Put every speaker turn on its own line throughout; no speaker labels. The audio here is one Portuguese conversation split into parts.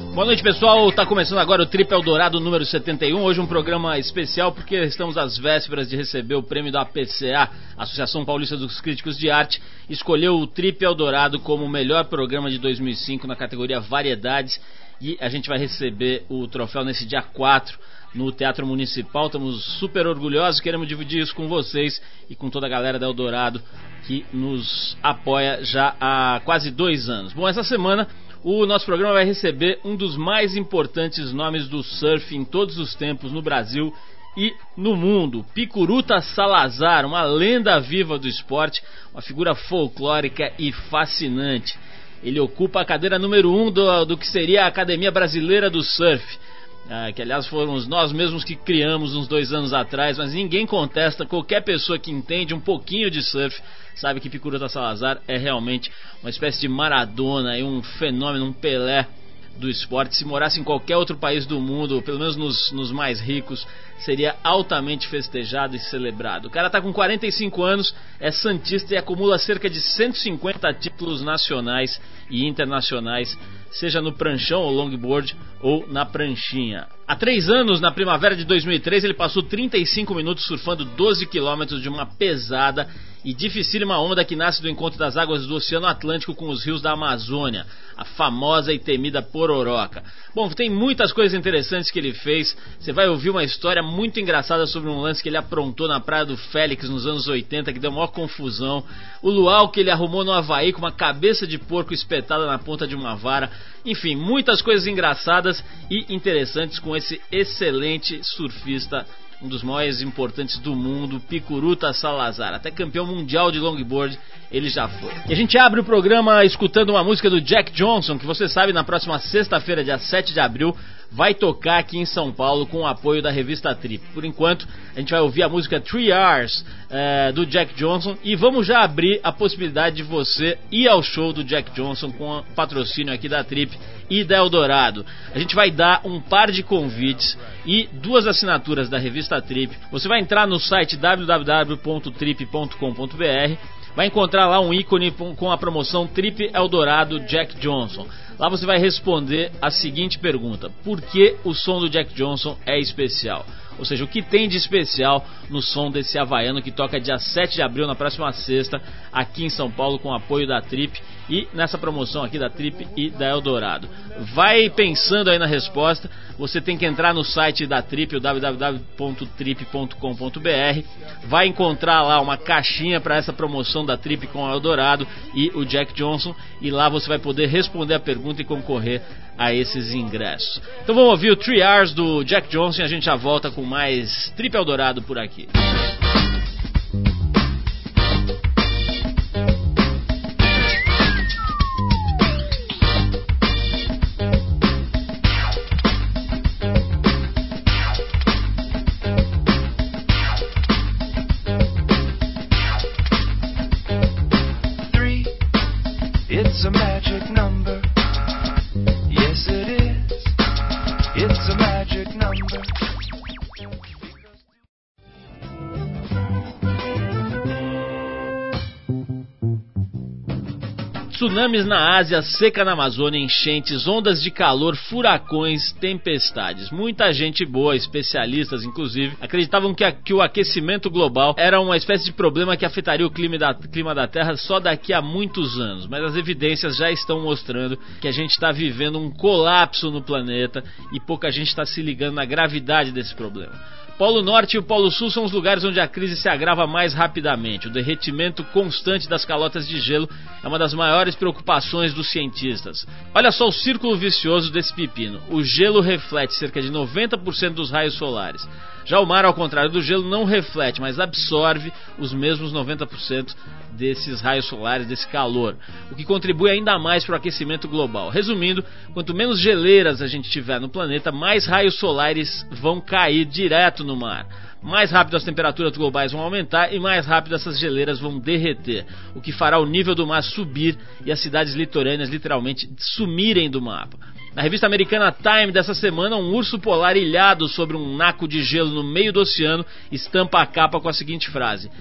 Boa noite, pessoal. Tá começando agora o Trip Eldorado número 71. Hoje um programa especial porque estamos às vésperas de receber o prêmio da APCA, Associação Paulista dos Críticos de Arte. Escolheu o Trip Eldorado como o melhor programa de 2005 na categoria Variedades. E a gente vai receber o troféu nesse dia 4 no Teatro Municipal. Estamos super orgulhosos, queremos dividir isso com vocês e com toda a galera da Eldorado que nos apoia já há quase 2 anos. Bom, essa semana o nosso programa vai receber um dos mais importantes nomes do surf em todos os tempos no Brasil e no mundo. Picurutta Salazar, uma lenda viva do esporte, uma figura folclórica e fascinante. Ele ocupa a cadeira número 1 do que seria a Academia Brasileira do Surf, que aliás fomos nós mesmos que criamos uns 2 anos atrás, mas ninguém contesta. Qualquer pessoa que entende um pouquinho de surf sabe que Picurutta Salazar é realmente uma espécie de Maradona e um fenômeno, um Pelé do esporte. Se morasse em qualquer outro país do mundo, ou pelo menos nos mais ricos, seria altamente festejado e celebrado. O cara está com 45 anos, é santista e acumula cerca de 150 títulos nacionais e internacionais, seja no pranchão ou longboard ou na pranchinha. Há 3 anos, na primavera de 2003, ele passou 35 minutos surfando 12 quilômetros de uma pesada e dificílima onda que nasce do encontro das águas do Oceano Atlântico com os rios da Amazônia, a famosa e temida Pororoca. Bom, tem muitas coisas interessantes que ele fez. Você vai ouvir uma história muito engraçada sobre um lance que ele aprontou na Praia do Félix nos anos 80, que deu maior confusão. O luau que ele arrumou no Havaí com uma cabeça de porco espetada na ponta de uma vara. Enfim, muitas coisas engraçadas e interessantes com esse excelente surfista, um dos maiores importantes do mundo, Picurutta Salazar. Até campeão mundial de longboard ele já foi. E a gente abre o programa escutando uma música do Jack Johnson, que você sabe, na próxima sexta-feira, dia 7 de abril, vai tocar aqui em São Paulo com o apoio da revista Trip. Por enquanto, a gente vai ouvir a música 3 Hours do Jack Johnson, e vamos já abrir a possibilidade de você ir ao show do Jack Johnson com o patrocínio aqui da Trip e da Eldorado. A gente vai dar um par de convites e 2 assinaturas da revista Trip. Você vai entrar no site www.trip.com.br, vai encontrar lá um ícone com a promoção Trip Eldorado Jack Johnson. Lá você vai responder a seguinte pergunta: por que o som do Jack Johnson é especial? Ou seja, o que tem de especial no som desse havaiano que toca dia 7 de abril, na próxima sexta, aqui em São Paulo, com o apoio da Trip e nessa promoção aqui da Trip e da Eldorado. Vai pensando aí na resposta. Você tem que entrar no site da Trip, o www.trip.com.br, vai encontrar lá uma caixinha para essa promoção da Trip com a Eldorado e o Jack Johnson, e lá você vai poder responder a pergunta e concorrer a esses ingressos. Então vamos ouvir o 3 Hours do Jack Johnson e a gente já volta com mais Trip Eldorado por aqui.
It's a magic number. Yes, it is. It's a magic number.
Tsunamis na Ásia, seca na Amazônia, enchentes, ondas de calor, furacões, tempestades. Muita gente boa, especialistas inclusive, acreditavam que o aquecimento global era uma espécie de problema que afetaria o clima da Terra só daqui a muitos anos. Mas as evidências já estão mostrando que a gente está vivendo um colapso no planeta e pouca gente está se ligando na gravidade desse problema. Polo Norte e o Polo Sul são os lugares onde a crise se agrava mais rapidamente. O derretimento constante das calotas de gelo é uma das maiores preocupações dos cientistas. Olha só o círculo vicioso desse pepino. O gelo reflete cerca de 90% dos raios solares. Já o mar, ao contrário do gelo, não reflete, mas absorve os mesmos 90% desses raios solares, desse calor, o que contribui ainda mais para o aquecimento global. Resumindo, quanto menos geleiras a gente tiver no planeta, mais raios solares vão cair direto no mar. Mais rápido as temperaturas globais vão aumentar e mais rápido essas geleiras vão derreter, o que fará o nível do mar subir e as cidades litorâneas literalmente sumirem do mapa. Na revista americana Time dessa semana, um urso polar ilhado sobre um naco de gelo no meio do oceano estampa a capa com a seguinte frase: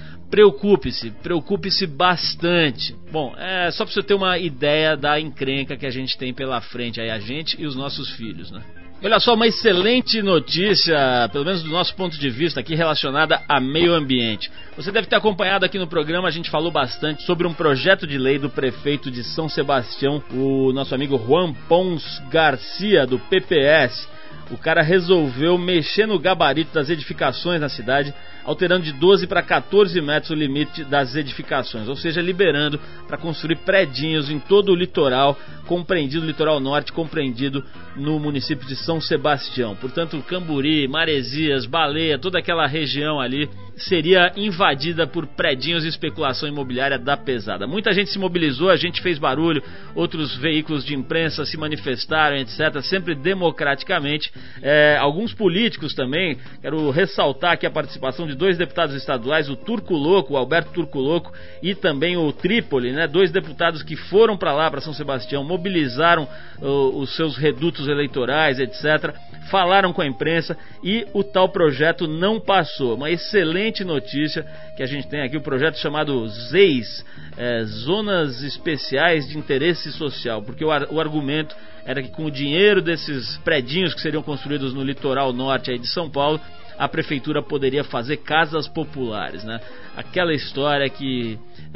preocupe-se bastante. Bom, é só para você ter uma ideia da encrenca que a gente tem pela frente, aí a gente e os nossos filhos, né? Olha só, uma excelente notícia, pelo menos do nosso ponto de vista aqui, relacionada a meio ambiente. Você deve ter acompanhado aqui no programa, a gente falou bastante sobre um projeto de lei do prefeito de São Sebastião, o nosso amigo Juan Pons Garcia, do PPS. O cara resolveu mexer no gabarito das edificações na cidade, alterando de 12 para 14 metros o limite das edificações, ou seja, liberando para construir predinhos em todo o litoral, compreendido, litoral norte, compreendido no município de São Sebastião. Portanto, Camburi, Maresias, Baleia, toda aquela região ali seria invadida por predinhos e especulação imobiliária da pesada. Muita gente se mobilizou, a gente fez barulho, outros veículos de imprensa se manifestaram, etc., sempre democraticamente. Alguns políticos também, quero ressaltar aqui a participação de 2 deputados estaduais, o Turco Louco, o Alberto Turco Louco, e também o Trípoli, né? 2 deputados que foram para lá, para São Sebastião, mobilizaram os seus redutos eleitorais, etc., falaram com a imprensa e o tal projeto não passou. Uma excelente notícia que a gente tem aqui, o projeto chamado ZEIS, Zonas Especiais de Interesse Social, porque o argumento era que com o dinheiro desses predinhos que seriam construídos no litoral norte aí de São Paulo, a prefeitura poderia fazer casas populares, né? Aquela história que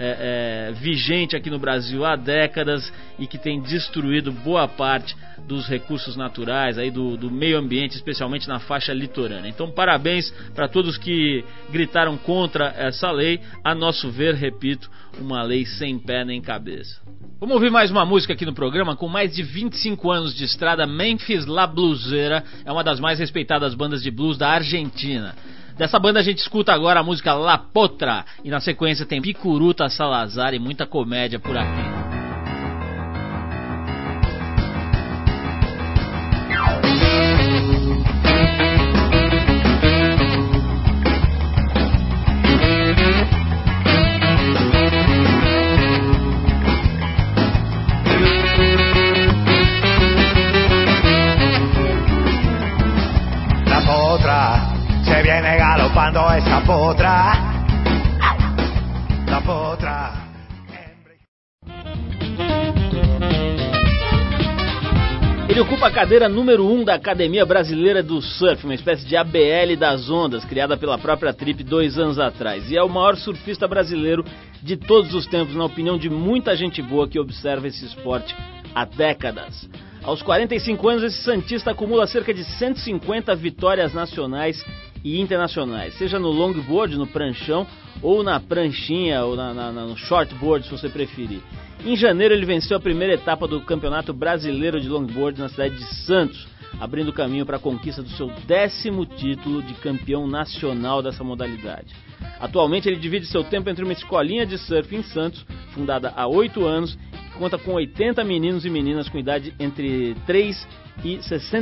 é vigente aqui no Brasil há décadas e que tem destruído boa parte dos recursos naturais, aí do meio ambiente, especialmente na faixa litorânea. Então, parabéns para todos que gritaram contra essa lei. A nosso ver, repito, uma lei sem pé nem cabeça. Vamos ouvir mais uma música aqui no programa. Com mais de 25 anos de estrada, Memphis La Blusera é uma das mais respeitadas bandas de blues da Argentina. Dessa banda a gente escuta agora a música La Potra, e na sequência tem Picuruta Salazar e muita comédia por aqui.
Esa potra, la potra.
Ele ocupa a cadeira número 1 da Academia Brasileira do Surf, uma espécie de ABL das ondas, criada pela própria Trip 2 anos atrás. E é o maior surfista brasileiro de todos os tempos, na opinião de muita gente boa que observa esse esporte há décadas. Aos 45 anos, esse santista acumula cerca de 150 vitórias nacionais e internacionais, seja no longboard, no pranchão, ou na pranchinha, ou no shortboard, se você preferir. Em janeiro ele venceu a primeira etapa do Campeonato Brasileiro de Longboard na cidade de Santos, abrindo caminho para a conquista do seu 10º título de campeão nacional dessa modalidade. Atualmente ele divide seu tempo entre uma escolinha de surf em Santos, fundada há 8 anos, que conta com 80 meninos e meninas com idade entre 3 e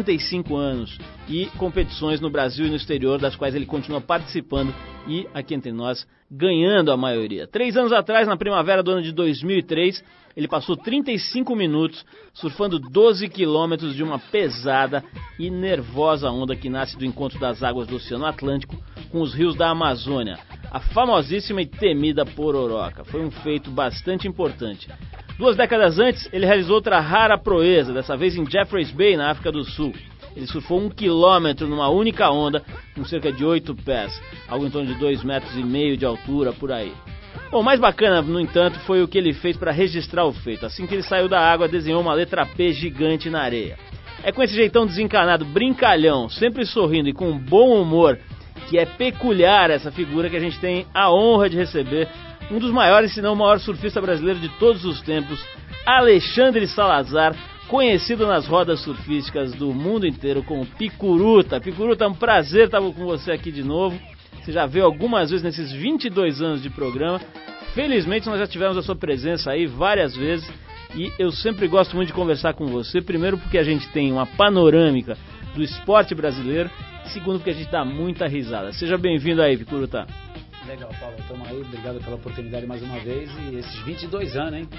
65 anos, e competições no Brasil e no exterior, das quais ele continua participando e, aqui entre nós, ganhando a maioria. 3 anos atrás, na primavera do ano de 2003, ele passou 35 minutos surfando 12 quilômetros de uma pesada e nervosa onda que nasce do encontro das águas do Oceano Atlântico com os rios da Amazônia, a famosíssima e temida Pororoca. Foi um feito bastante importante. 2 décadas antes, ele realizou outra rara proeza, dessa vez em Jeffreys Bay, na África do Sul. Ele surfou 1 quilômetro numa única onda, com cerca de 8 pés, algo em torno de 2,5 metros de altura, por aí. Bom, o mais bacana, no entanto, foi o que ele fez para registrar o feito. Assim que ele saiu da água, desenhou uma letra P gigante na areia. É com esse jeitão desencanado, brincalhão, sempre sorrindo e com bom humor, que é peculiar essa figura, que a gente tem a honra de receber um dos maiores, se não o maior surfista brasileiro de todos os tempos, Alexandre Salazar, conhecido nas rodas surfísticas do mundo inteiro como Picuruta. Picuruta, é um prazer estar com você aqui de novo. Você já veio algumas vezes nesses 22 anos de programa. Felizmente nós já tivemos a sua presença aí várias vezes e eu sempre gosto muito de conversar com você. Primeiro porque a gente tem uma panorâmica do esporte brasileiro, segundo porque a gente dá muita risada. Seja bem-vindo aí, Picuruta.
Legal, Paulo, estamos aí, obrigado pela oportunidade mais uma vez, e esses 22 anos, hein?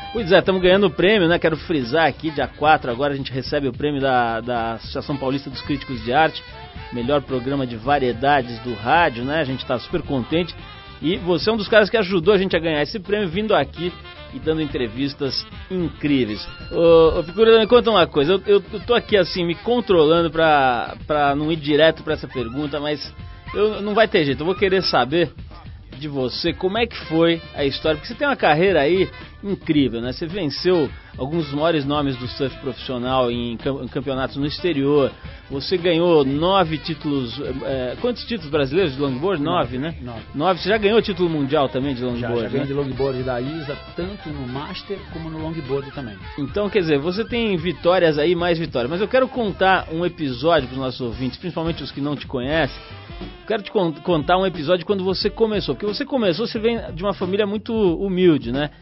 Pois é, estamos ganhando o prêmio, né? Quero frisar aqui, dia 4 agora a gente recebe o prêmio da Associação Paulista dos Críticos de Arte, melhor programa de variedades do rádio, né? A gente está super contente e você é um dos caras que ajudou a gente a ganhar esse prêmio vindo aqui e dando entrevistas incríveis. Ô Picurita, me conta uma coisa, eu tô aqui assim me controlando pra não ir direto pra essa pergunta, mas não vai ter jeito, eu vou querer saber de você, como é que foi a história, porque você tem uma carreira aí incrível, né? Você venceu alguns dos maiores nomes do surf profissional em campeonatos no exterior, você ganhou 9 títulos, quantos títulos brasileiros de longboard? 9, né? 9. Você já ganhou título mundial também de longboard?
Já ganhei de longboard da ISA, tanto no Master como no longboard também.
Então, quer dizer, você tem vitórias aí, mais vitórias, mas eu quero contar um episódio para os nossos ouvintes, principalmente os que não te conhecem. Quero te contar um episódio quando você começou, porque você vem de uma família muito humilde, né?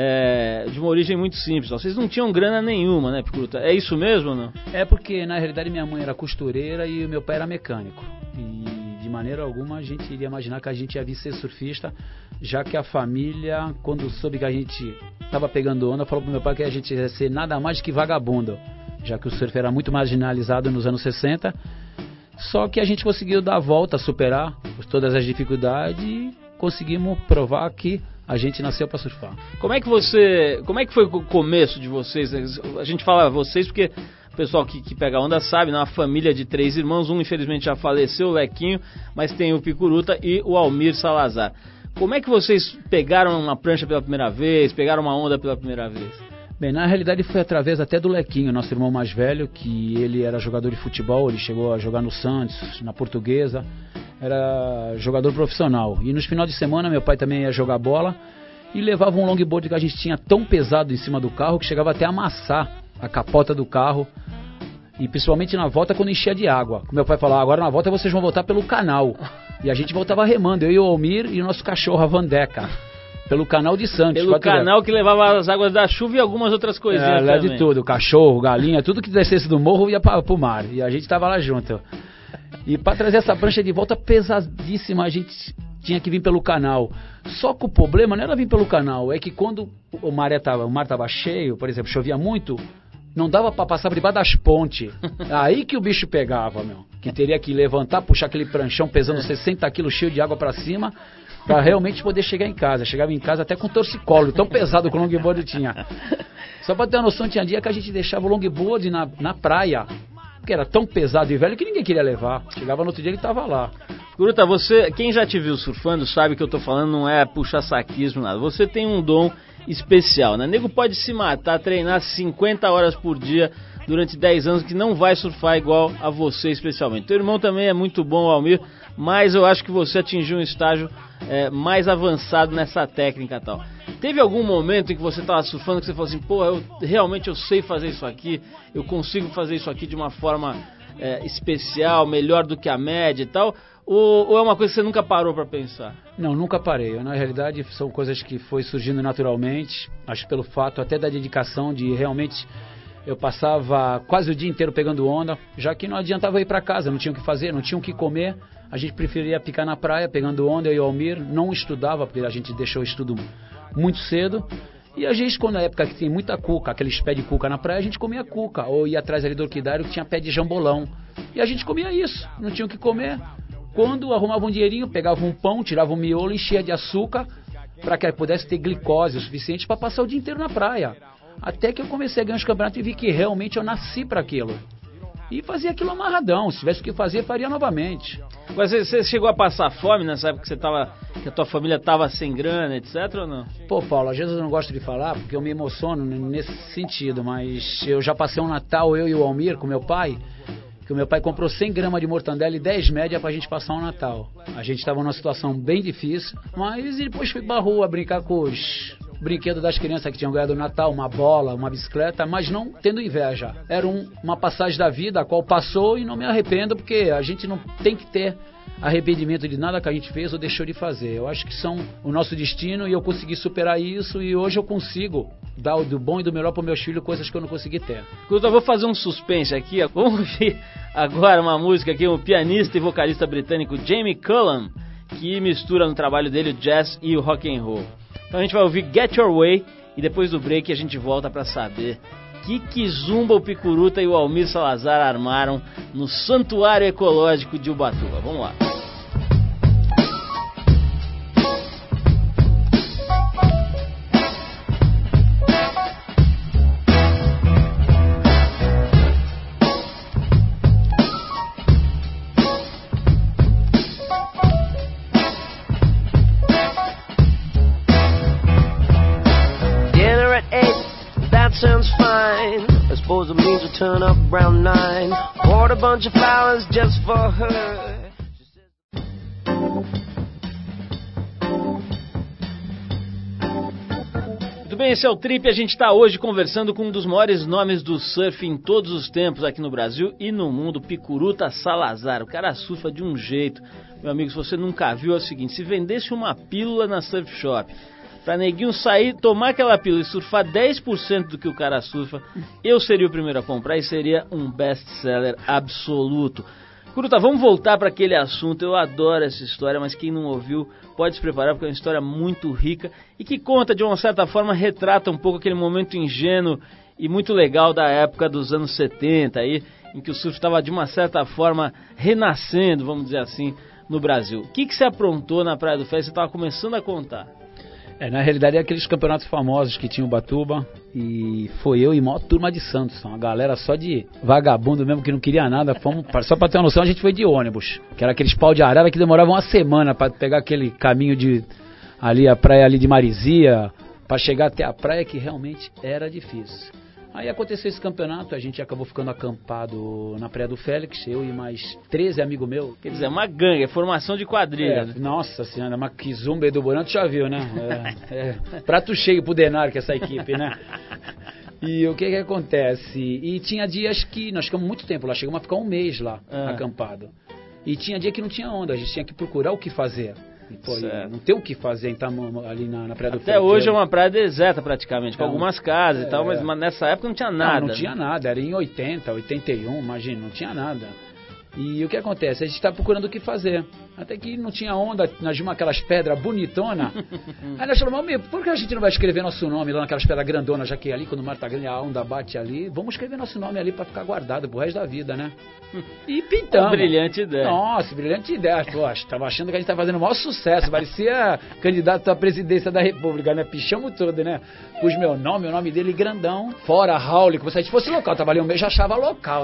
De uma origem muito simples. Vocês não tinham grana nenhuma, né, Picurita? É isso mesmo ou não?
É porque, na realidade, minha mãe era costureira e meu pai era mecânico. E, de maneira alguma, a gente iria imaginar que a gente ia vir ser surfista, já que a família, quando soube que a gente estava pegando onda, falou pro meu pai que a gente ia ser nada mais que vagabundo, já que o surf era muito marginalizado nos anos 60. Só que a gente conseguiu dar a volta, superar todas as dificuldades e conseguimos provar que a gente nasceu para surfar.
Como é que foi o começo de vocês? A gente fala vocês porque o pessoal que pega onda sabe, né? Uma família de 3 irmãos, um infelizmente já faleceu, o Lequinho, mas tem o Picurita e o Almir Salazar. Como é que vocês pegaram uma prancha pela primeira vez, pegaram uma onda pela primeira vez?
Bem, na realidade foi através até do Lequinho, nosso irmão mais velho, que ele era jogador de futebol, ele chegou a jogar no Santos, na Portuguesa, era jogador profissional. E nos finais de semana meu pai também ia jogar bola e levava um longboard que a gente tinha tão pesado em cima do carro que chegava até a amassar a capota do carro, e principalmente na volta quando enchia de água. Meu pai falava, agora na volta vocês vão voltar pelo canal. E a gente voltava remando, eu e o Almir e o nosso cachorro, a Vandeca. Pelo canal de Santos.
Pelo canal que levava as águas da chuva e algumas outras coisinhas também.
De tudo, cachorro, galinha, tudo que descesse do morro ia pro mar. E a gente tava lá junto. E para trazer essa prancha de volta pesadíssima, a gente tinha que vir pelo canal. Só que o problema não era vir pelo canal, é que quando o mar tava cheio, por exemplo, chovia muito, não dava para passar por debaixo das pontes. Aí que o bicho pegava, meu. Que teria que levantar, puxar aquele pranchão pesando 60 quilos cheio de água para cima, para realmente poder chegar em casa. Chegava em casa até com torcicolo, tão pesado que o longboard tinha. Só para ter uma noção, tinha dia que a gente deixava o longboard na praia, porque era tão pesado e velho que ninguém queria levar. Chegava no outro dia ele tava lá.
Picurita, quem já te viu surfando sabe que eu tô falando não é puxar saquismo, nada. Você tem um dom especial, né? Nego pode se matar, treinar 50 horas por dia durante 10 anos que não vai surfar igual a você especialmente. Teu irmão também é muito bom, Almir, mas eu acho que você atingiu um estágio mais avançado nessa técnica e tal. Teve algum momento em que você estava surfando que você falou assim, pô, eu sei fazer isso aqui, eu consigo fazer isso aqui de uma forma especial, melhor do que a média e tal, ou é uma coisa que você nunca parou para pensar?
Não, nunca parei. Na realidade são coisas que foi surgindo naturalmente, acho pelo fato até da dedicação de realmente... Eu passava quase o dia inteiro pegando onda, já que não adiantava ir para casa, não tinha o que fazer, não tinha o que comer. A gente preferia ficar na praia pegando onda, eu e o Almir, não estudava, porque a gente deixou o estudo muito cedo. E a gente, quando na época que tem muita cuca, aqueles pés de cuca na praia, a gente comia cuca. Ou ia atrás ali do orquidário que tinha pé de jambolão. E a gente comia isso, não tinha o que comer. Quando arrumava um dinheirinho, pegava um pão, tirava um miolo, enchia de açúcar, para que pudesse ter glicose o suficiente para passar o dia inteiro na praia. Até que eu comecei a ganhar os campeonatos e vi que realmente eu nasci para aquilo. E fazia aquilo amarradão. Se tivesse o que fazer, faria novamente.
Mas você chegou a passar fome nessa época que a tua família estava sem grana, etc, ou não?
Pô, Paulo, às vezes eu não gosto de falar, porque eu me emociono nesse sentido. Mas eu já passei um Natal, eu e o Almir, com meu pai, que o meu pai comprou 100 gramas de mortandela e 10 média pra gente passar um Natal. A gente estava numa situação bem difícil, mas depois fui pra rua brincar com os... brinquedo das crianças que tinham ganhado no Natal, uma bola, uma bicicleta, mas não tendo inveja. Era uma passagem da vida a qual passou e não me arrependo, porque a gente não tem que ter arrependimento de nada que a gente fez ou deixou de fazer. Eu acho que são o nosso destino e eu consegui superar isso e hoje eu consigo dar do bom e do melhor para meus filhos, coisas que eu não consegui ter.
Eu vou fazer um suspense aqui, vamos ouvir agora uma música aqui, um pianista e vocalista britânico, Jamie Cullum, que mistura no trabalho dele o jazz e o rock and roll. Então a gente vai ouvir Get Your Way E depois do break a gente volta para saber que zumba o Picuruta e o Almir Salazar armaram no Santuário Ecológico de Ubatuba. Vamos lá.
Sounds fine. I suppose it means we'll turn up around 9. Bought a bunch of flowers just for her.
Muito bem, esse é o Trip. A gente está hoje conversando com um dos maiores nomes do surf em todos os tempos aqui no Brasil e no mundo, Picuruta Salazar. O cara surfa de um jeito. Meu amigo, se você nunca viu, é o seguinte: se vendesse uma pílula na surf shop pra neguinho sair, tomar aquela pílula e surfar 10% do que o cara surfa, eu seria o primeiro a comprar e seria um best-seller absoluto. Picuruta, vamos voltar para aquele assunto. Eu adoro essa história, mas quem não ouviu pode se preparar, porque é uma história muito rica e que conta, de uma certa forma, retrata um pouco aquele momento ingênuo e muito legal da época dos anos 70, aí, em que o surf estava, de uma certa forma, renascendo, vamos dizer assim, no Brasil. O que você aprontou na Praia do Ferro? Você estava começando a contar.
Na realidade é aqueles campeonatos famosos que tinha o Ubatuba, e foi eu e maior turma de Santos, uma galera só de vagabundo mesmo que não queria nada. Fomos, só pra ter uma noção, a gente foi de ônibus, que era aqueles pau de arara que demoravam uma semana pra pegar aquele caminho de ali, a praia ali de Marizia, pra chegar até a praia, que realmente era difícil. Aí aconteceu esse campeonato, a gente acabou ficando acampado na Praia do Félix, eu e mais 13 amigos meus.
Quer dizer, uma gangue, formação de quadrilha. Né?
Nossa senhora, uma kizumba do Borão, tu já viu, né? Prato cheio pro Denar, que essa equipe, né? E o que acontece? E tinha dias que nós ficamos muito tempo lá, chegamos a ficar um mês lá, acampado. E tinha dia que não tinha onda, a gente tinha que procurar o que fazer. Pô, não tem o que fazer então, ali na Praia do Ferro.
Até hoje é uma praia deserta praticamente, com algumas casas e tal, mas nessa época não tinha nada.
Não tinha nada, era em 80, 81, imagina, não tinha nada. E o que acontece? A gente está procurando o que fazer. Até que não tinha onda, nós vimos aquelas pedras bonitonas. Aí nós falamos, por que a gente não vai escrever nosso nome lá naquelas pedras grandonas, já que ali, quando o mar tá grande, a onda bate ali, vamos escrever nosso nome ali para ficar guardado pro resto da vida, né? E pintamos.
Uma brilhante ideia.
Nossa, brilhante ideia. Poxa, tava achando que a gente tava fazendo o maior sucesso, parecia candidato à presidência da República, né? Pichamos tudo, né? Pus meu nome, o nome dele grandão, fora Raul, que se a gente fosse local, tava ali um mês, já achava local.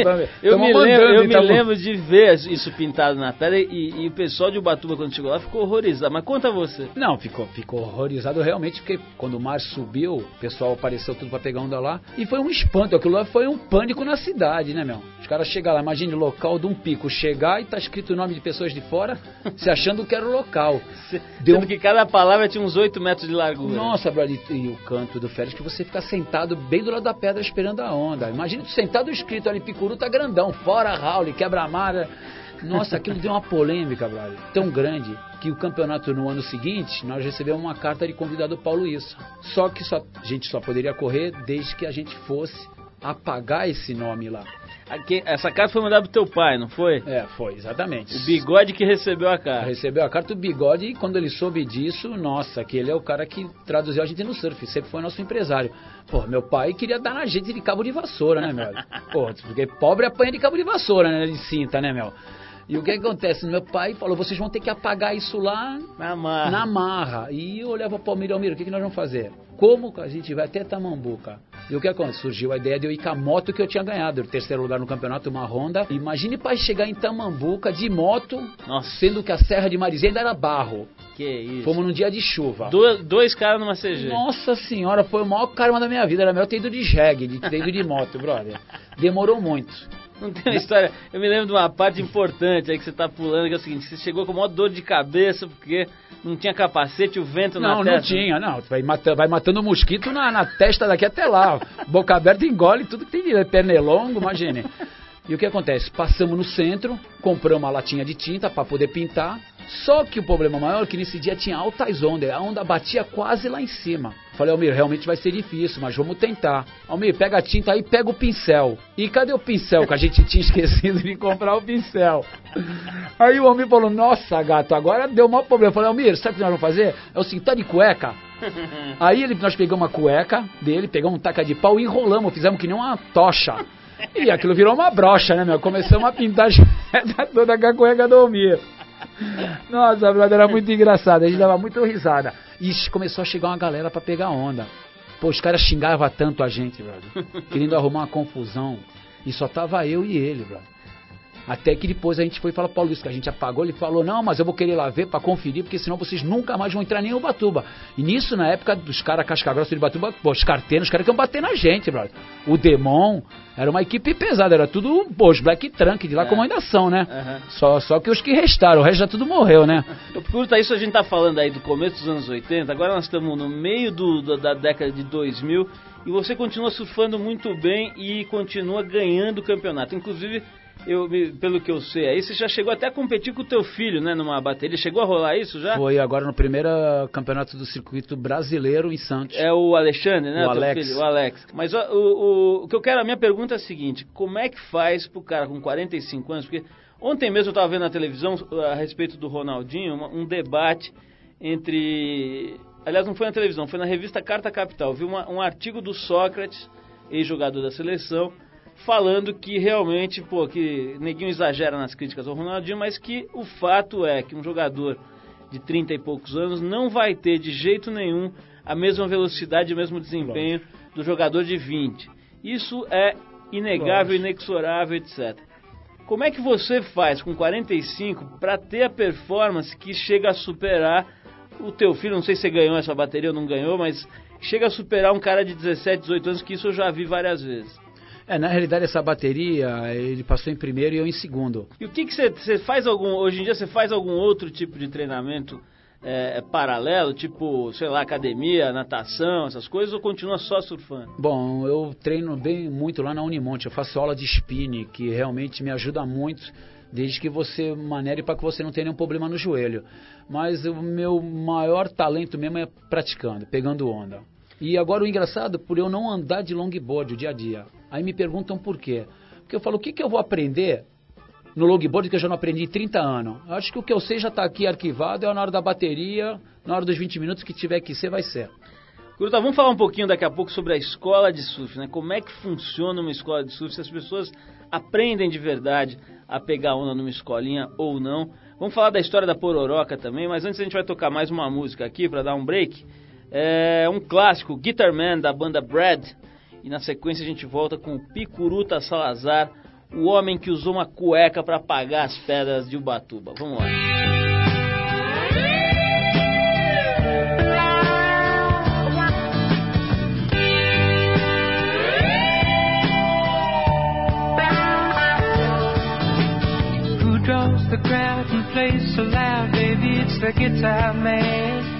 Eu me lembro de ver isso pintado na pedra e o pessoal de Ubatuba, quando chegou lá, ficou horrorizado. Mas conta você.
Não, ficou horrorizado realmente, porque quando o mar subiu, o pessoal apareceu tudo pra pegar onda lá, e foi um espanto, aquilo lá foi um pânico na cidade, né, meu? Os caras chegaram lá, imagine o local de um pico, chegar e tá escrito o nome de pessoas de fora, se achando que era o local.
Sendo que cada palavra tinha uns 8 metros de largura.
Nossa, brother, e o canto do Félix, que você fica sentado bem do lado da pedra esperando a onda. Imagina tu sentado escrito ali, Picuruta grandão, fora Raul, quebra-mar. Nossa, aquilo deu uma polêmica, brother, tão grande, que o campeonato no ano seguinte, nós recebemos uma carta de convidado do Paulo Issa. Só que a gente só poderia correr desde que a gente fosse apagar esse nome lá.
Essa carta foi mandada pro teu pai, não foi?
Foi, exatamente.
O Bigode que recebeu a carta.
Recebeu a carta do Bigode, e quando ele soube disso, nossa, que ele é o cara que traduziu a gente no surf, sempre foi nosso empresário. Pô, meu pai queria dar na gente de cabo de vassoura, né, meu? Pô, porque pobre apanha de cabo de vassoura, né, de cinta, né, meu? E o que acontece? Meu pai falou, vocês vão ter que apagar isso lá na marra. E eu olhava para o Almir, o que nós vamos fazer? Como a gente vai até Tamambuca? E o que acontece? Surgiu a ideia de eu ir com a moto que eu tinha ganhado, o terceiro lugar no campeonato, uma Honda. Imagine para chegar em Tamambuca de moto, sendo que a Serra de Marizia ainda era barro.
Que isso.
Fomos num dia de chuva.
Dois caras numa CG.
Nossa senhora, foi o maior karma da minha vida. Era melhor ter ido de jegue, de ter ido de moto, brother. Demorou muito.
Não tem uma história. Eu me lembro de uma parte importante aí que você tá pulando, que é o seguinte: você chegou com maior dor de cabeça porque não tinha capacete, o vento na testa.
Não tinha, não. Vai matando o mosquito na testa daqui até lá. Boca aberta engole tudo que tem de pernilongo, imagine. E o que acontece? Passamos no centro, compramos uma latinha de tinta para poder pintar. Só que o problema maior é que nesse dia tinha altas ondas, a onda batia quase lá em cima. Falei, Almir, realmente vai ser difícil, mas vamos tentar. Almir, pega a tinta aí, pega o pincel. E cadê o pincel? Que a gente tinha esquecido de comprar o pincel. Aí o Almir falou, nossa, gato, agora deu o maior problema. Eu falei, Almir, sabe o que nós vamos fazer? É o seguinte, tá de cueca? Aí nós pegamos uma cueca dele, pegamos um taca de pau e enrolamos, fizemos que nem uma tocha. E aquilo virou uma brocha, né, meu? Começamos a pintar toda com a cueca do Almir. Nossa, brother, era muito engraçado, a gente dava muita risada. E começou a chegar uma galera pra pegar onda. Pô, os caras xingavam tanto a gente, brother, querendo arrumar uma confusão. E só tava eu e ele, brother. Até que depois a gente foi falar para o Luiz, que a gente apagou, ele falou, não, mas eu vou querer lá ver para conferir, porque senão vocês nunca mais vão entrar nem em Ubatuba. E nisso, na época dos caras casca-grossa de Ubatuba, pô, os carteiros, os caras queriam bater na gente, brother. O Demon era uma equipe pesada, era tudo, pô, os Black Trunk de lá como ainda são, né? Só que os que restaram, o resto já tudo morreu, né?
Eu procuro, isso a gente tá falando aí do começo dos anos 80, agora nós estamos no meio da década de 2000 e você continua surfando muito bem e continua ganhando o campeonato. Inclusive, pelo que eu sei aí, você já chegou até a competir com o teu filho, né, numa bateria. Chegou a rolar isso já?
Foi agora no primeiro campeonato do circuito brasileiro em Santos.
É o Alexandre, né?
O Alex.
Filho, o Alex. Mas o que eu quero, a minha pergunta é a seguinte, como é que faz pro cara com 45 anos, porque ontem mesmo eu estava vendo na televisão a respeito do Ronaldinho, um debate entre... Aliás, não foi na televisão, foi na revista Carta Capital. Eu vi um artigo do Sócrates, ex-jogador da seleção, falando que realmente, pô, que neguinho exagera nas críticas ao Ronaldinho, mas que o fato é que um jogador de 30 e poucos anos não vai ter de jeito nenhum a mesma velocidade e o mesmo desempenho do jogador de 20. Isso é inegável, inexorável, etc. Como é que você faz com 45 para ter a performance que chega a superar o teu filho? Não sei se você ganhou essa bateria ou não ganhou, mas chega a superar um cara de 17, 18 anos, que isso eu já vi várias vezes.
Na realidade, essa bateria, ele passou em primeiro e eu em segundo.
E o que você faz hoje em dia, você faz algum outro tipo de treinamento paralelo, tipo, sei lá, academia, natação, essas coisas, ou continua só surfando?
Bom, eu treino muito lá na Unimonte, eu faço aula de spinning, que realmente me ajuda muito, desde que você manere para que você não tenha nenhum problema no joelho. Mas o meu maior talento mesmo é praticando, pegando onda. E agora o engraçado, por eu não andar de longboard o dia a dia. Aí me perguntam por quê. Porque eu falo, o que eu vou aprender no longboard que eu já não aprendi em 30 anos? Eu acho que o que eu sei já está aqui arquivado, é na hora da bateria, na hora dos 20 minutos que tiver que ser, vai ser.
Guruta, vamos falar um pouquinho daqui a pouco sobre a escola de surf, né? Como é que funciona uma escola de surf, se as pessoas aprendem de verdade a pegar onda numa escolinha ou não. Vamos falar da história da Pororoca também, mas antes a gente vai tocar mais uma música aqui para dar um break. É um clássico, Guitar Man, da banda Brad. E na sequência a gente volta com o Picuruta Salazar, o homem que usou uma cueca para apagar as pedras de Ubatuba. Vamos lá.
Who draws the crowd and plays so loud, baby, it's the Guitar Man.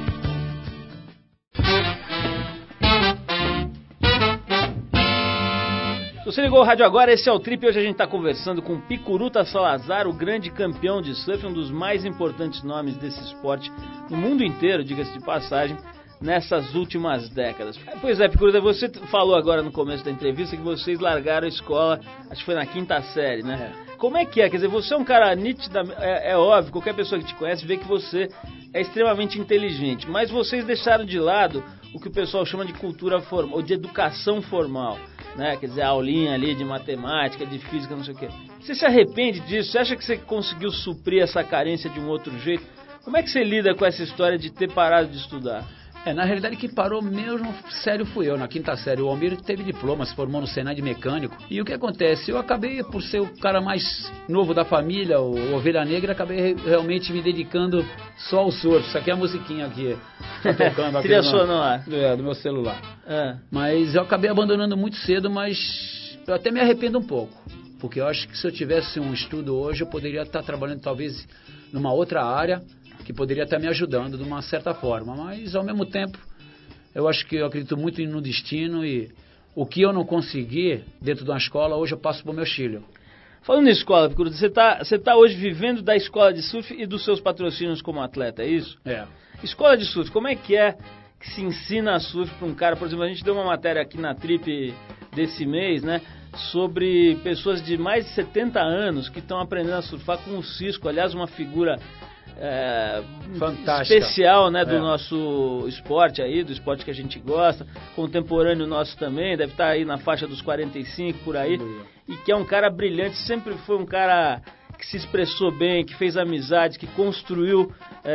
Se você ligou o rádio agora, esse é o Trip e hoje a gente está conversando com Picuruta Salazar, o grande campeão de surf, um dos mais importantes nomes desse esporte no mundo inteiro, diga-se de passagem, nessas últimas décadas. Pois é, Picuruta, você falou agora no começo da entrevista que vocês largaram a escola, acho que foi na 5ª série, né? Como é que é? Quer dizer, você é um cara nítido, é óbvio, qualquer pessoa que te conhece vê que você é extremamente inteligente, mas vocês deixaram de lado o que o pessoal chama de cultura formal, ou de educação formal, né? Quer dizer, a aulinha ali de matemática, de física, não sei o quê. Você se arrepende disso? Você acha que você conseguiu suprir essa carência de um outro jeito? Como é que você lida com essa história de ter parado de estudar?
Na realidade, quem parou mesmo sério fui eu, na 5ª série. O Almir teve diploma, se formou no Senai de mecânico. E o que acontece? Eu acabei, por ser o cara mais novo da família, o Ovelha Negra, acabei realmente me dedicando só ao surf. Isso aqui é a musiquinha aqui, tá tocando aqui do meu celular. Mas eu acabei abandonando muito cedo, mas eu até me arrependo um pouco. Porque eu acho que se eu tivesse um estudo hoje, eu poderia estar trabalhando talvez numa outra área, que poderia estar me ajudando de uma certa forma, mas ao mesmo tempo eu acho que eu acredito muito no destino e o que eu não consegui dentro de uma escola, hoje eu passo para o meu filho.
Falando em escola, Picuruta, você tá hoje vivendo da escola de surf e dos seus patrocínios como atleta, é isso? Escola de surf, como é que se ensina surf para um cara? Por exemplo, a gente deu uma matéria aqui na Trip desse mês, né, sobre pessoas de mais de 70 anos que estão aprendendo a surfar com o Cisco, aliás, uma figura
Fantástica.
especial, né, do nosso esporte aí, do esporte que a gente gosta, contemporâneo nosso também, deve estar aí na faixa dos 45 por aí, e que é um cara brilhante, sempre foi um cara que se expressou bem, que fez amizade, que construiu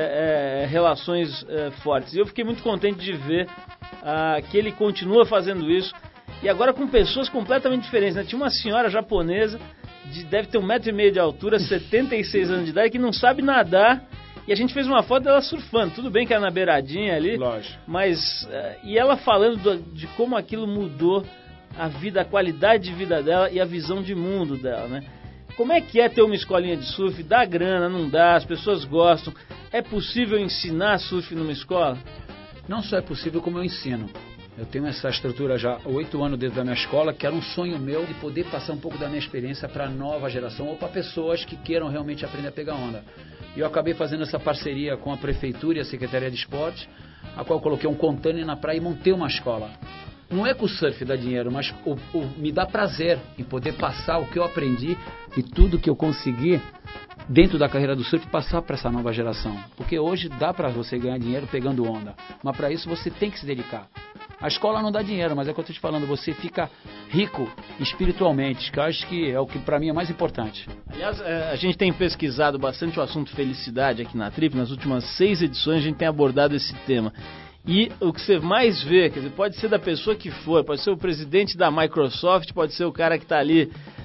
relações fortes. E eu fiquei muito contente de ver que ele continua fazendo isso, e agora com pessoas completamente diferentes, né? Tinha uma senhora japonesa, deve ter 1,5 m de altura, 76 anos de idade, que não sabe nadar, e a gente fez uma foto dela surfando, tudo bem que era na beiradinha ali,
lógico,
mas e ela falando de como aquilo mudou a vida, a qualidade de vida dela e a visão de mundo dela, né? Como é que é ter uma escolinha de surf? Dá grana, não dá, as pessoas gostam, é possível ensinar surf numa escola?
Não só é possível, como eu ensino. Eu tenho essa estrutura já há 8 anos dentro da minha escola, que era um sonho meu de poder passar um pouco da minha experiência para a nova geração ou para pessoas que queiram realmente aprender a pegar onda. E eu acabei fazendo essa parceria com a Prefeitura e a Secretaria de Esporte, a qual eu coloquei um container na praia e montei uma escola. Não é que o surf dá dinheiro, mas me dá prazer em poder passar o que eu aprendi e tudo que eu consegui dentro da carreira do surf, passar para essa nova geração. Porque hoje dá para você ganhar dinheiro pegando onda, mas para isso você tem que se dedicar. A escola não dá dinheiro, mas é o que eu estou te falando, você fica rico espiritualmente, que eu acho que é o que para mim é mais importante.
Aliás, a gente tem pesquisado bastante o assunto felicidade aqui na Trip, nas últimas 6 edições a gente tem abordado esse tema. E o que você mais vê, quer dizer, pode ser da pessoa que for, pode ser o presidente da Microsoft, pode ser o cara que está ali,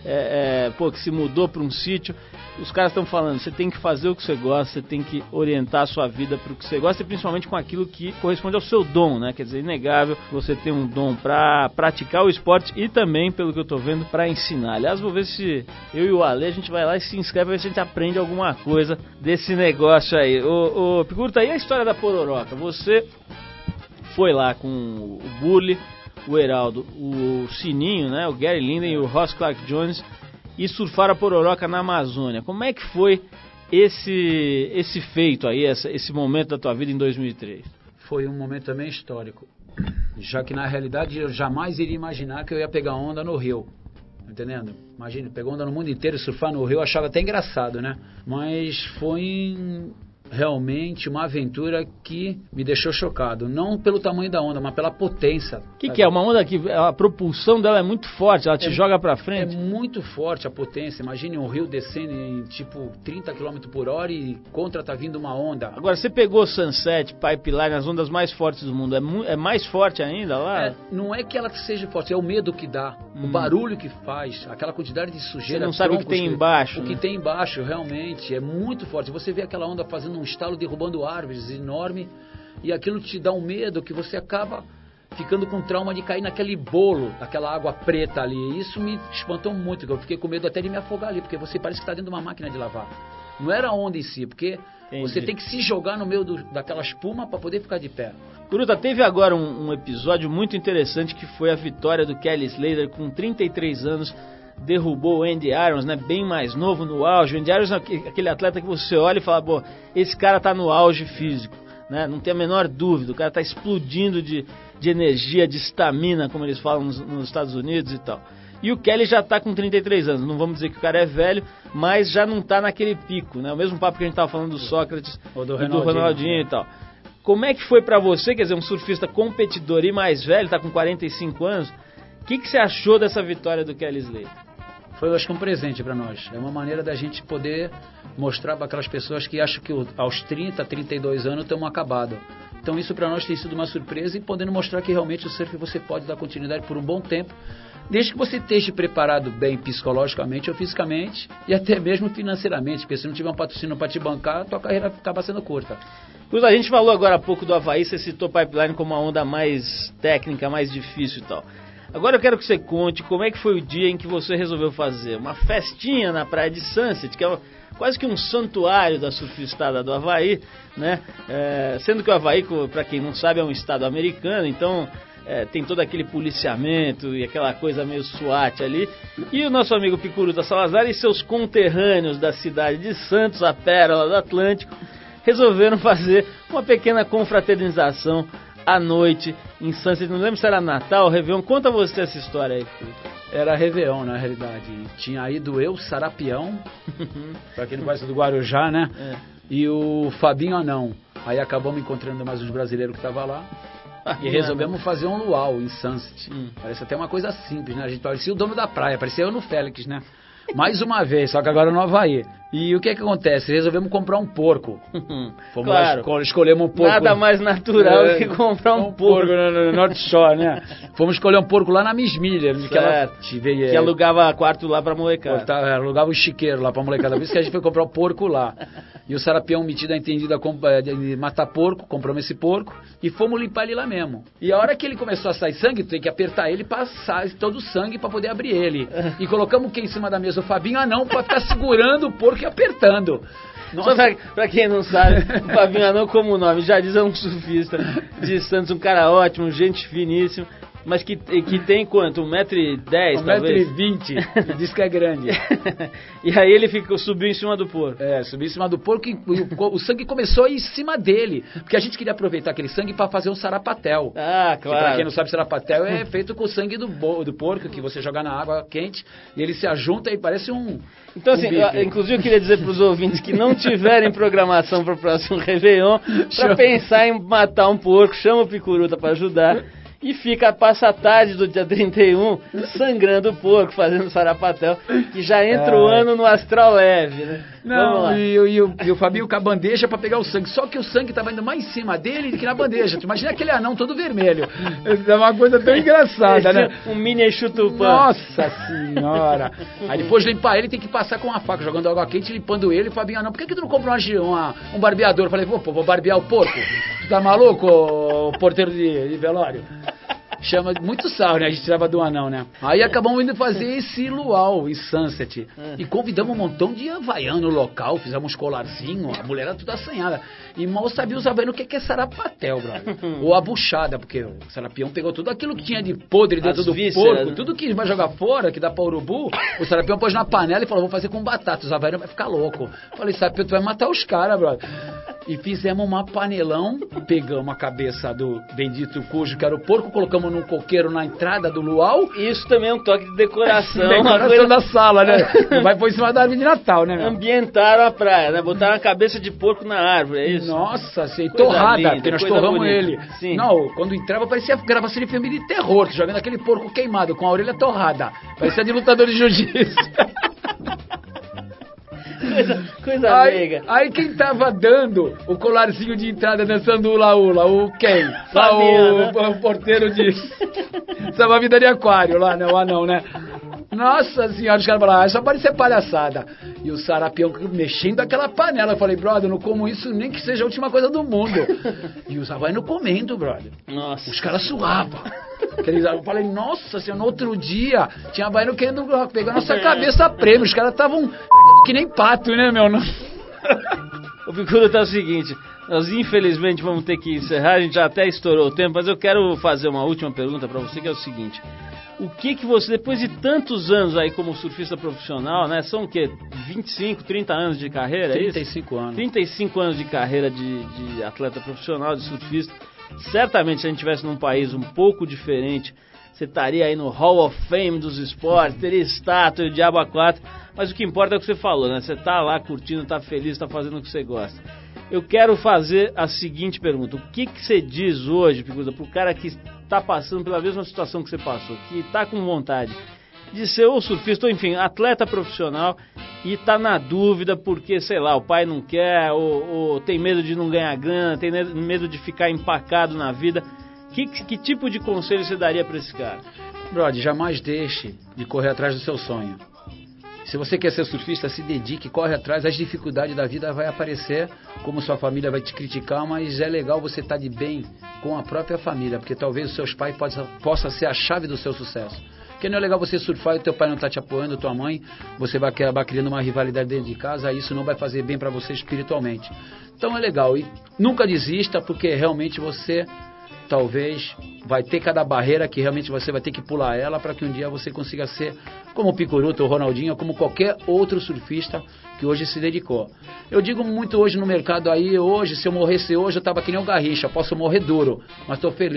que se mudou para um sítio. Os caras estão falando, você tem que fazer o que você gosta, você tem que orientar a sua vida para o que você gosta e principalmente com aquilo que corresponde ao seu dom, né? Quer dizer, é inegável você ter um dom para praticar o esporte e também, pelo que eu estou vendo, para ensinar. Aliás, vou ver se eu e o Ale, a gente vai lá e se inscreve, ver se a gente aprende alguma coisa desse negócio aí. Ô Picurta, e a história da Pororoca? Você foi lá com o Burley, o Heraldo, o Sininho, né? O Gary Linden e o Ross Clark Jones e surfaram a Pororoca na Amazônia. Como é que foi esse feito aí, esse momento da tua vida em 2003?
Foi um momento também histórico, já que na realidade eu jamais iria imaginar que eu ia pegar onda no rio, entendendo? Imagina, pegar onda no mundo inteiro e surfar no rio, eu achava até engraçado, né? Mas foi realmente uma aventura que me deixou chocado, não pelo tamanho da onda, mas pela potência.
O que é? Uma onda que a propulsão dela é muito forte, ela te joga pra frente?
É muito forte a potência. Imagine um rio descendo em tipo 30 km por hora e contra tá vindo uma onda.
Agora, você pegou Sunset, Pipeline, as ondas mais fortes do mundo, é mais forte ainda lá?
Não é que ela seja forte, é o medo que dá, o barulho que faz, aquela quantidade de sujeira.
Você não sabe o que tem embaixo.
O que tem embaixo realmente é muito forte. Você vê aquela onda fazendo um estalo, derrubando árvores enorme, e aquilo te dá um medo que você acaba ficando com trauma de cair naquele bolo, daquela água preta ali. E isso me espantou muito, eu fiquei com medo até de me afogar ali, porque você parece que está dentro de uma máquina de lavar. Não era a onda em si, porque você tem que se jogar no meio daquela espuma para poder ficar de pé.
Kuruta, teve agora um episódio muito interessante que foi a vitória do Kelly Slater com 33 anos, derrubou o Andy Irons, né, bem mais novo, no auge. O Andy Irons é aquele atleta que você olha e fala, pô, esse cara tá no auge físico, né, não tem a menor dúvida, o cara tá explodindo de energia, de estamina, como eles falam nos Estados Unidos e tal. E o Kelly já tá com 33 anos, não vamos dizer que o cara é velho, mas já não tá naquele pico, né, o mesmo papo que a gente tava falando do Sócrates e do Ronaldinho e tal. Como é que foi pra você, quer dizer, um surfista competidor e mais velho, tá com 45 anos, o que você achou dessa vitória do Kelly Slater?
Foi, eu acho que um presente para nós. É uma maneira da gente poder mostrar para aquelas pessoas que acham que aos 30, 32 anos estamos acabados. Então isso para nós tem sido uma surpresa e podendo mostrar que realmente o surf você pode dar continuidade por um bom tempo, desde que você esteja preparado bem psicologicamente ou fisicamente e até mesmo financeiramente, porque se não tiver um patrocínio para te bancar, a tua carreira acaba sendo curta.
A gente falou agora há pouco do Havaí, você citou Pipeline como uma onda mais técnica, mais difícil e tal. Agora eu quero que você conte como é que foi o dia em que você resolveu fazer uma festinha na praia de Sunset, que é quase que um santuário da surfistada do Havaí, né? Sendo que o Havaí, para quem não sabe, é um estado americano, então tem todo aquele policiamento e aquela coisa meio SWAT ali. E o nosso amigo Picuruta Salazar e seus conterrâneos da cidade de Santos, a pérola do Atlântico, resolveram fazer uma pequena confraternização à noite em Sunset. Não lembro se era Natal ou Réveillon. Conta você essa história aí, Picuruta.
Era Réveillon, na realidade. Tinha ido eu, Sarapião, pra quem não conhece do Guarujá, né? e o Fabinho Anão. Aí acabamos encontrando mais uns brasileiros que estavam lá. E resolvemos fazer um luau em Sunset. Parece até uma coisa simples, né? A gente parecia o dono da praia, parecia eu no Félix, né? Mais uma vez, só que agora no Havaí. E o que acontece? Resolvemos comprar um porco. Fomos
Claro.
lá, escolhemos um porco.
Nada mais natural que comprar um porco.
no North Shore, né? Fomos escolher um porco lá na Miss Miller, que ela
Que alugava quarto lá pra molecada.
alugava o chiqueiro lá pra molecada. Por isso que a gente foi comprar o porco lá. E o Sarapião metido a entendida de matar porco, compramos esse porco e fomos limpar ele lá mesmo. E a hora que ele começou a sair sangue, tem que apertar ele e passar todo o sangue pra poder abrir ele. E colocamos o que em cima da mesa? O Fabinho Anão pra ficar segurando o porco e apertando.
Só pra quem não sabe, o Fabinho Anão, como o nome já diz, é um surfista de Santos, um cara ótimo, gente finíssima. Mas que tem quanto? 1,10m, talvez?
1,20m, diz que é grande.
E aí ele subiu em cima do porco.
Subiu em cima do porco e o sangue começou a ir em cima dele. Porque a gente queria aproveitar aquele sangue para fazer um sarapatel.
Ah, claro.
Que pra quem não sabe, sarapatel é feito com o sangue do porco, que você joga na água quente e ele se ajunta e parece um...
Então, assim, inclusive eu queria dizer para os ouvintes que não tiverem programação para o próximo Réveillon, para pensar em matar um porco, chama o Picuruta para ajudar. E passa a tarde do dia 31 sangrando o porco, fazendo sarapatel, que já entra o ano no astral leve, né?
Não, e o Fabinho com a bandeja pra pegar o sangue. Só que o sangue tava indo mais em cima dele do que na bandeja. Tu imagina aquele anão todo vermelho. É uma coisa tão engraçada, né?
Um mini Exu Tupã.
Nossa senhora. Aí depois de limpar ele, tem que passar com uma faca, jogando água quente, limpando ele. E o Fabinho Anão, por que tu não compra um barbeador? Eu falei, vou barbear o porco. Tu tá maluco, o porteiro de velório? Chama muito sal, né? A gente tirava do anão, né? Aí acabamos indo fazer esse luau em Sunset. E convidamos um montão de havaiano local, fizemos uns colarzinhos, a mulher era toda assanhada. E mal sabia os havaianos o que é sarapatel, brother. Ou a buchada, porque o Sarapião pegou tudo aquilo que tinha de podre dentro do porco, né? Tudo que vai jogar fora, que dá pra urubu, o Sarapião pôs na panela e falou, vou fazer com batata, os havaianos vai ficar louco. Falei, Sarapião, tu vai matar os caras, brother. E fizemos uma panelão, pegamos a cabeça do bendito cujo, que era o porco, colocamos num coqueiro na entrada do luau.
Isso também é um toque de decoração.
Decoração da sala, né? Vai pôr em cima da árvore de Natal, né? Meu?
Ambientaram a praia, né? Botaram a cabeça de porco na árvore, é isso?
Nossa, assim, torrada, linda, porque nós torramos bonita. Ele.
Sim.
Não, quando entrava parecia gravação de filme de terror, jogando aquele porco queimado, com a orelha torrada. Parecia de lutador de jiu-jitsu.
Coisa meiga.
Aí quem tava dando o colarzinho de entrada dançando hula-hula, o quem? Lá o porteiro de salva-vida de aquário lá, né? O anão, né? Nossa senhora, os caras falaram, só pode ser palhaçada. E o Sarapião mexendo aquela panela. Eu falei, brother, eu não como isso nem que seja a última coisa do mundo. E os havaianos comendo, brother.
Nossa.
Os caras suavam. Eu falei, nossa senhora, no outro dia tinha havaiano querendo pegar nossa cabeça a prêmio. Os caras estavam que nem pato, né, meu?
O Picudo tá o seguinte, nós infelizmente vamos ter que encerrar, a gente já até estourou o tempo, mas eu quero fazer uma última pergunta pra você, que é o seguinte. O que você, depois de tantos anos aí como surfista profissional, né, são o quê? 25, 30 anos de carreira,
35
é isso?
anos.
35 anos de carreira de atleta profissional, de surfista. Certamente, se a gente estivesse num país um pouco diferente, você estaria aí no Hall of Fame dos esportes, teria estátua e o diabo a quatro. Mas o que importa é o que você falou, né? Você tá lá curtindo, tá feliz, tá fazendo o que você gosta. Eu quero fazer a seguinte pergunta. O que você diz hoje, Picuda, pro cara que está passando pela mesma situação que você passou, que está com vontade de ser ou surfista, ou enfim, atleta profissional, e está na dúvida porque, sei lá, o pai não quer, ou tem medo de não ganhar grana, tem medo de ficar empacado na vida. Que tipo de conselho você daria para esse cara?
Brother, jamais deixe de correr atrás do seu sonho. Se você quer ser surfista, se dedique, corre atrás. As dificuldades da vida vai aparecer, como sua família vai te criticar, mas é legal você estar de bem com a própria família, porque talvez os seus pais possa ser a chave do seu sucesso. Porque não é legal você surfar e o teu pai não está te apoiando, tua mãe, você vai acabar criando uma rivalidade dentro de casa, isso não vai fazer bem para você espiritualmente. Então é legal, e nunca desista, porque realmente você talvez vai ter cada barreira que realmente você vai ter que pular ela para que um dia você consiga ser como o Picuruta, o Ronaldinho, como qualquer outro surfista que hoje se dedicou. Eu digo muito hoje no mercado aí, hoje, se eu morresse hoje, eu tava que nem o Garrincha, posso morrer duro, mas estou feliz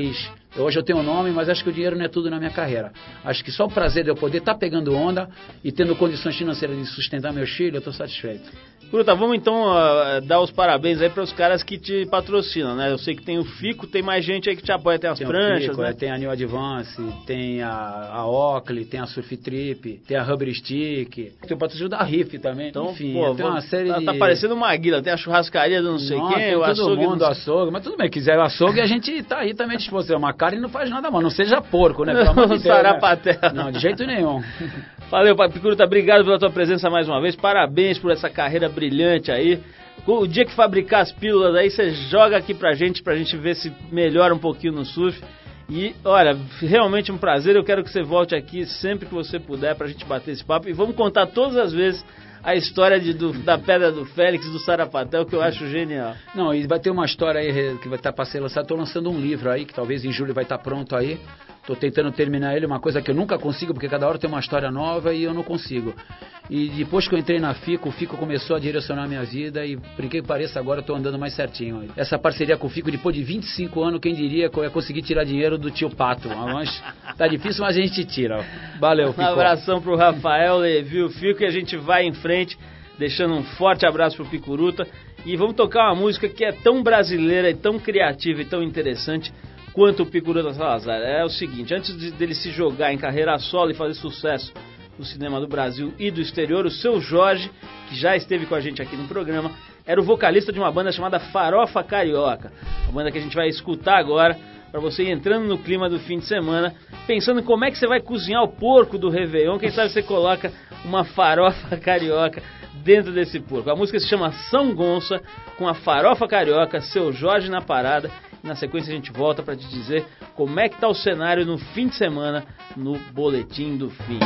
Hoje eu tenho um nome, mas acho que o dinheiro não é tudo na minha carreira. Acho que só o prazer de eu poder estar pegando onda e tendo condições financeiras de sustentar meus filhos, eu estou satisfeito.
Picuruta, vamos então dar os parabéns aí para os caras que te patrocinam, né? Eu sei que tem o Fico, tem mais gente aí que te apoia, tem as pranchas,
Fico,
né?
Tem a New Advance, tem a Oakley, tem a Surf Trip, tem a Rubber Stick, tem o patrocínio da Riff também.
Então,
enfim,
pô,
tem uma série de...
Tá parecendo uma guila, tem a churrascaria do não sei quem, o
todo
açougue
mundo, açougue, mas tudo bem, quiser o açougue, a gente tá aí também disposto. Uma carne não faz nada mal, não seja porco, né? Pelo amor de Deus,
Sarapatel.
Não, de jeito nenhum.
Valeu, Picuruta, obrigado pela tua presença mais uma vez, parabéns por essa carreira brilhante aí. O dia que fabricar as pílulas aí, você joga aqui pra gente ver se melhora um pouquinho no surf. E, olha, realmente um prazer, eu quero que você volte aqui sempre que você puder pra gente bater esse papo. E vamos contar todas as vezes a história da Pedra do Félix, do Sarapatel, que eu acho genial.
Não, e vai ter uma história aí que vai estar para ser lançada. Estou lançando um livro aí, que talvez em julho vai estar pronto aí. Estou tentando terminar ele, uma coisa que eu nunca consigo, porque cada hora tem uma história nova e eu não consigo. E depois que eu entrei na FICO, o FICO começou a direcionar a minha vida e, por que pareça, agora eu estou andando mais certinho. Essa parceria com o FICO, depois de 25 anos, quem diria que eu ia conseguir tirar dinheiro do tio Pato. Mas tá difícil, mas a gente tira. Valeu, FICO.
Um abração pro Rafael, Levi, o FICO, e a gente vai em frente, deixando um forte abraço pro Picuruta. E vamos tocar uma música que é tão brasileira, e tão criativa e tão interessante quanto o Picuruta Salazar. É o seguinte, antes dele se jogar em carreira solo e fazer sucesso no cinema do Brasil e do exterior, o Seu Jorge, que já esteve com a gente aqui no programa, era o vocalista de uma banda chamada Farofa Carioca, uma banda que a gente vai escutar agora, para você ir entrando no clima do fim de semana, pensando em como é que você vai cozinhar o porco do Réveillon. Quem sabe você coloca uma farofa carioca dentro desse porco. A música se chama São Gonça, com a Farofa Carioca, Seu Jorge na parada. E na sequência a gente volta para te dizer como é que tá o cenário no fim de semana no Boletim do Fim.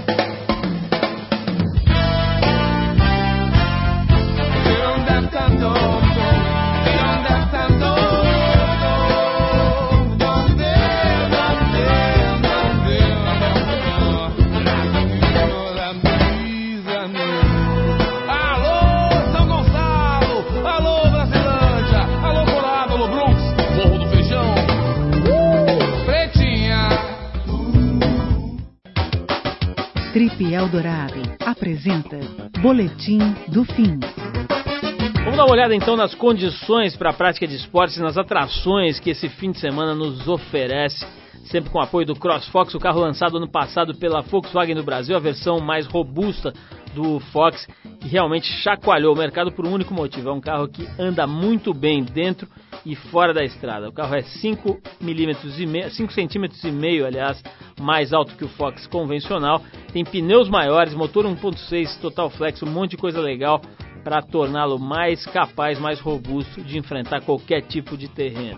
Trip Eldorado apresenta Boletim do Fim.
Vamos dar uma olhada então nas condições para a prática de esportes e nas atrações que esse fim de semana nos oferece, sempre com o apoio do CrossFox, o carro lançado ano passado pela Volkswagen do Brasil, a versão mais robusta do Fox, que realmente chacoalhou o mercado por um único motivo. É um carro que anda muito bem dentro e fora da estrada. O carro é 5 centímetros e meio, aliás, mais alto que o Fox convencional. Tem pneus maiores, motor 1.6 Total Flex, um monte de coisa legal para torná-lo mais capaz, mais robusto de enfrentar qualquer tipo de terreno.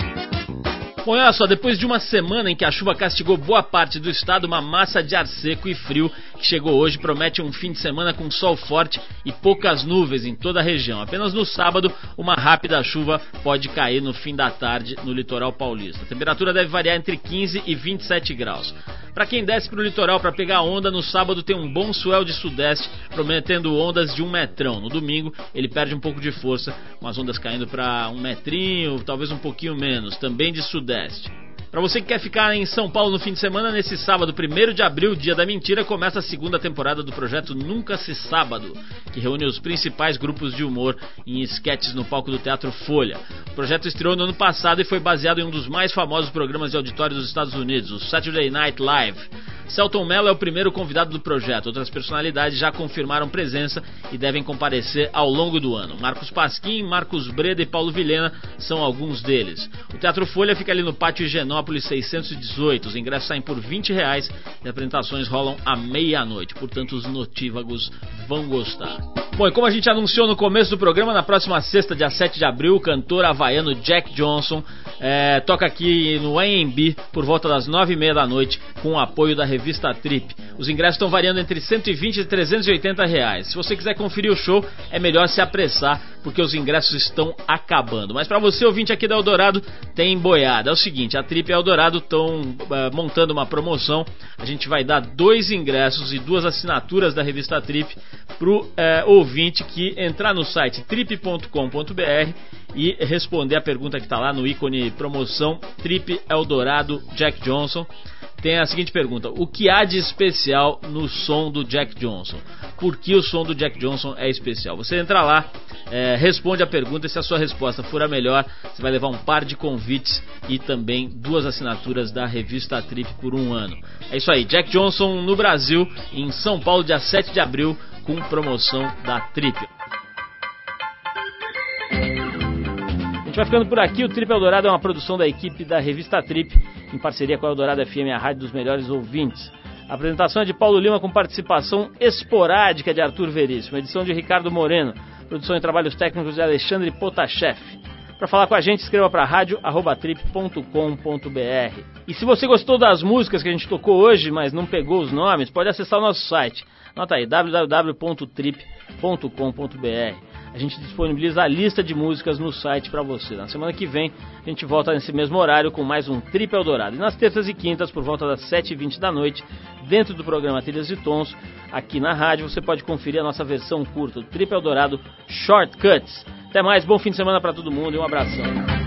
Bom, olha só, depois de uma semana em que a chuva castigou boa parte do estado, uma massa de ar seco e frio que chegou hoje promete um fim de semana com sol forte e poucas nuvens em toda a região. Apenas no sábado, uma rápida chuva pode cair no fim da tarde no litoral paulista. A temperatura deve variar entre 15 e 27 graus. Para quem desce para o litoral para pegar onda, no sábado tem um bom swell de sudeste, prometendo ondas de 1 metrão. No domingo, ele perde um pouco de força, com as ondas caindo para 1 metrinho, talvez um pouquinho menos, também de sudeste. Para você que quer ficar em São Paulo no fim de semana, nesse sábado, 1º de abril, dia da mentira, começa a segunda temporada do projeto Nunca Se Sábado, que reúne os principais grupos de humor em esquetes no palco do Teatro Folha. O projeto estreou no ano passado e foi baseado em um dos mais famosos programas de auditório dos Estados Unidos, o Saturday Night Live. Selton Mello é o primeiro convidado do projeto. Outras personalidades já confirmaram presença e devem comparecer ao longo do ano. Marcos Pasquim, Marcos Breda e Paulo Vilhena são alguns deles. O Teatro Folha fica ali no Pátio Higienópolis 618. Os ingressos saem por R$20 e as apresentações rolam à meia-noite. Portanto, os notívagos vão gostar. Bom, e como a gente anunciou no começo do programa, na próxima sexta, dia 7 de abril, o cantor havaiano Jack Johnson toca aqui no AMB por volta das 9h30 da noite, com o apoio da revista Trip. Os ingressos estão variando entre R$120 e R$380. Se você quiser conferir o show, é melhor se apressar, porque os ingressos estão acabando. Mas para você, ouvinte aqui da Eldorado, tem boiada. É o seguinte, a Trip e a Eldorado estão montando uma promoção. A gente vai dar 2 ingressos e 2 assinaturas da revista Trip pro ouvinte que entrar no site trip.com.br e responder a pergunta que está lá no ícone promoção Trip Eldorado Jack Johnson. Tem a seguinte pergunta: o que há de especial no som do Jack Johnson? Por que o som do Jack Johnson é especial? Você entra lá, responde a pergunta, e se a sua resposta for a melhor, você vai levar um par de convites e também 2 assinaturas da revista Trip por 1 ano. É isso aí, Jack Johnson no Brasil, em São Paulo, dia 7 de abril, com promoção da Trip. A gente vai ficando por aqui. O Trip Eldorado é uma produção da equipe da revista Trip, em parceria com a Eldorado FM, a rádio dos melhores ouvintes. A apresentação é de Paulo Lima, com participação esporádica de Arthur Veríssimo, edição de Ricardo Moreno, produção e trabalhos técnicos de Alexandre Potashev. Para falar com a gente, escreva para radio@trip.com.br. E se você gostou das músicas que a gente tocou hoje, mas não pegou os nomes, pode acessar o nosso site. Anota aí, www.trip.com.br. A gente disponibiliza a lista de músicas no site para você. Na semana que vem, a gente volta nesse mesmo horário com mais um Trip Eldorado. E nas terças e quintas, por volta das 7h20 da noite, dentro do programa Trilhas e Tons, aqui na rádio, você pode conferir a nossa versão curta do Trip Eldorado Shortcuts. Até mais, bom fim de semana para todo mundo e um abração.